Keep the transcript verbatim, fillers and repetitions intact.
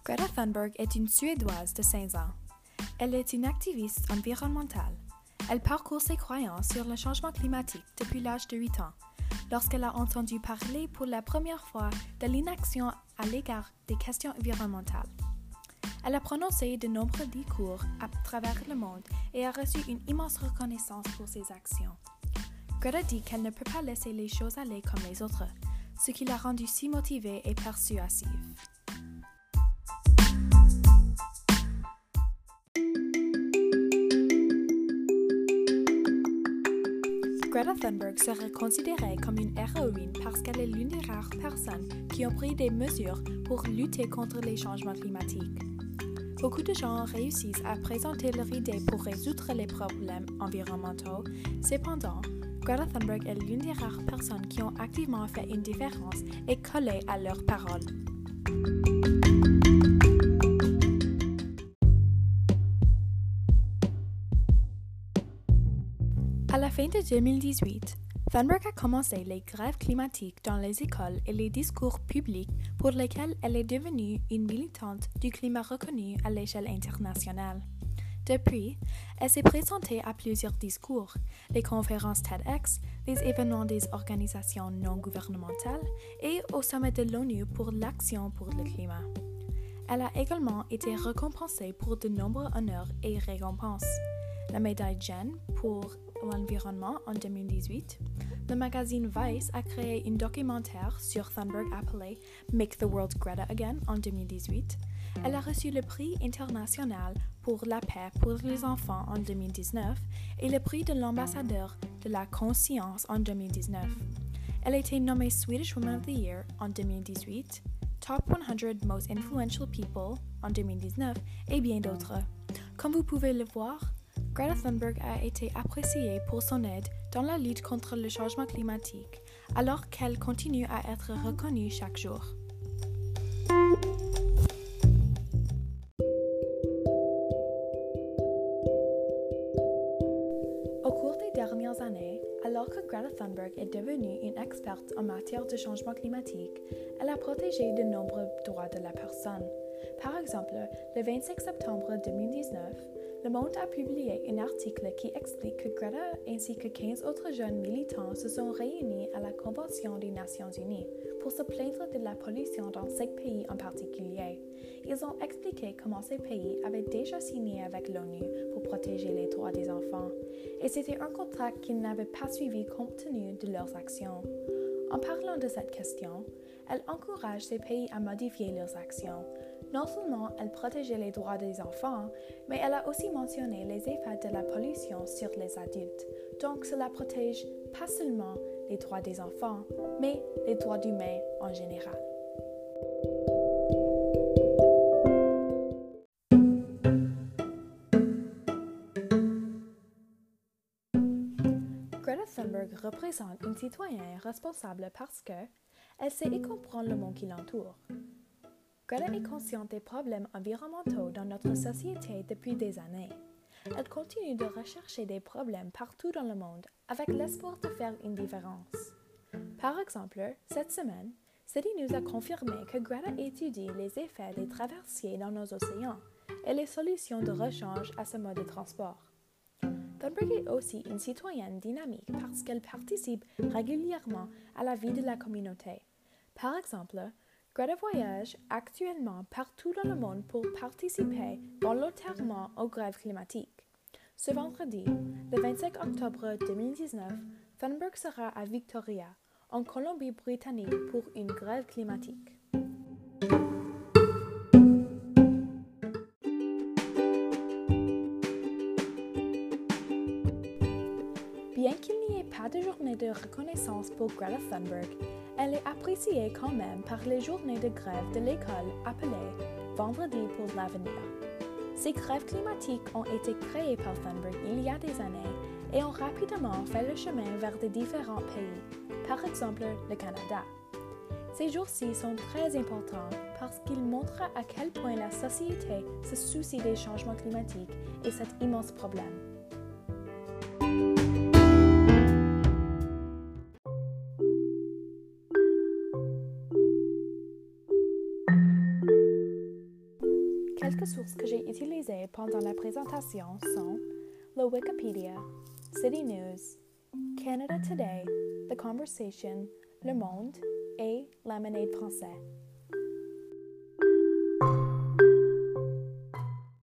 Greta Thunberg est une Suédoise de seize ans. Elle est une activiste environnementale. Elle parcourt ses croyances sur le changement climatique depuis l'âge de huit ans, lorsqu'elle a entendu parler pour la première fois de l'inaction à l'égard des questions environnementales. Elle a prononcé de nombreux discours à travers le monde et a reçu une immense reconnaissance pour ses actions. Greta dit qu'elle ne peut pas laisser les choses aller comme les autres, ce qui l'a rendue si motivée et persuasive. Greta Thunberg serait considérée comme une héroïne parce qu'elle est l'une des rares personnes qui ont pris des mesures pour lutter contre les changements climatiques. Beaucoup de gens réussissent à présenter leur idée pour résoudre les problèmes environnementaux. Cependant, Greta Thunberg est l'une des rares personnes qui ont activement fait une différence et collé à leurs paroles. À la fin de deux mille dix-huit, Thunberg a commencé les grèves climatiques dans les écoles et les discours publics pour lesquels elle est devenue une militante du climat reconnue à l'échelle internationale. Depuis, elle s'est présentée à plusieurs discours, les conférences TEDx, les événements des organisations non gouvernementales et au sommet de l'ONU pour l'action pour le climat. Elle a également été récompensée pour de nombreux honneurs et récompenses. La médaille Jen pour l'environnement en deux mille dix-huit. Le magazine Vice a créé un documentaire sur Thunberg appelé Make the World Greta Again en deux mille dix-huit. Elle a reçu le prix international pour la paix pour les enfants en deux mille dix-neuf et le prix de l'ambassadeur de la conscience en deux mille dix-neuf. Elle a été nommée Swedish Woman of the Year en deux mille dix-huit, Top cent Most Influential People en deux mille dix-neuf et bien d'autres. Comme vous pouvez le voir, Greta Thunberg a été appréciée pour son aide dans la lutte contre le changement climatique, alors qu'elle continue à être reconnue chaque jour. Au cours des dernières années, alors que Greta Thunberg est devenue une experte en matière de changement climatique, elle a protégé de nombreux droits de la personne. Par exemple, le vingt-cinq septembre deux mille dix-neuf, Le Monde a publié un article qui explique que Greta ainsi que quinze autres jeunes militants se sont réunis à la Convention des Nations Unies pour se plaindre de la pollution dans cinq pays en particulier. Ils ont expliqué comment ces pays avaient déjà signé avec l'ONU pour protéger les droits des enfants, et c'était un contrat qu'ils n'avaient pas suivi compte tenu de leurs actions. En parlant de cette question, elle encourage ces pays à modifier leurs actions. Non seulement elle protégeait les droits des enfants, mais elle a aussi mentionné les effets de la pollution sur les adultes. Donc cela protège pas seulement les droits des enfants, mais les droits humains en général. Greta Thunberg représente une citoyenne responsable parce qu'elle sait et comprend le monde qui l'entoure. Greta est consciente des problèmes environnementaux dans notre société depuis des années. Elle continue de rechercher des problèmes partout dans le monde avec l'espoir de faire une différence. Par exemple, cette semaine, City News a confirmé que Greta étudie les effets des traversiers dans nos océans et les solutions de rechange à ce mode de transport. Thunberg est aussi une citoyenne dynamique parce qu'elle participe régulièrement à la vie de la communauté. Par exemple, Greta voyage actuellement partout dans le monde pour participer volontairement aux grèves climatiques. Ce vendredi, le vingt-cinq octobre deux mille dix-neuf, Thunberg sera à Victoria, en Colombie-Britannique, pour une grève climatique. Bien qu'il n'y ait pas de journée de reconnaissance pour Greta Thunberg, elle est appréciée quand même par les journées de grève de l'école appelées Vendredi pour l'avenir. Ces grèves climatiques ont été créées par Thunberg il y a des années et ont rapidement fait le chemin vers de différents pays, par exemple le Canada. Ces jours-ci sont très importants parce qu'ils montrent à quel point la société se soucie des changements climatiques et cet immense problème. Quelques sources que j'ai utilisées pendant la présentation sont le Wikipédia, City News, Canada Today, The Conversation, Le Monde et Lemonade français.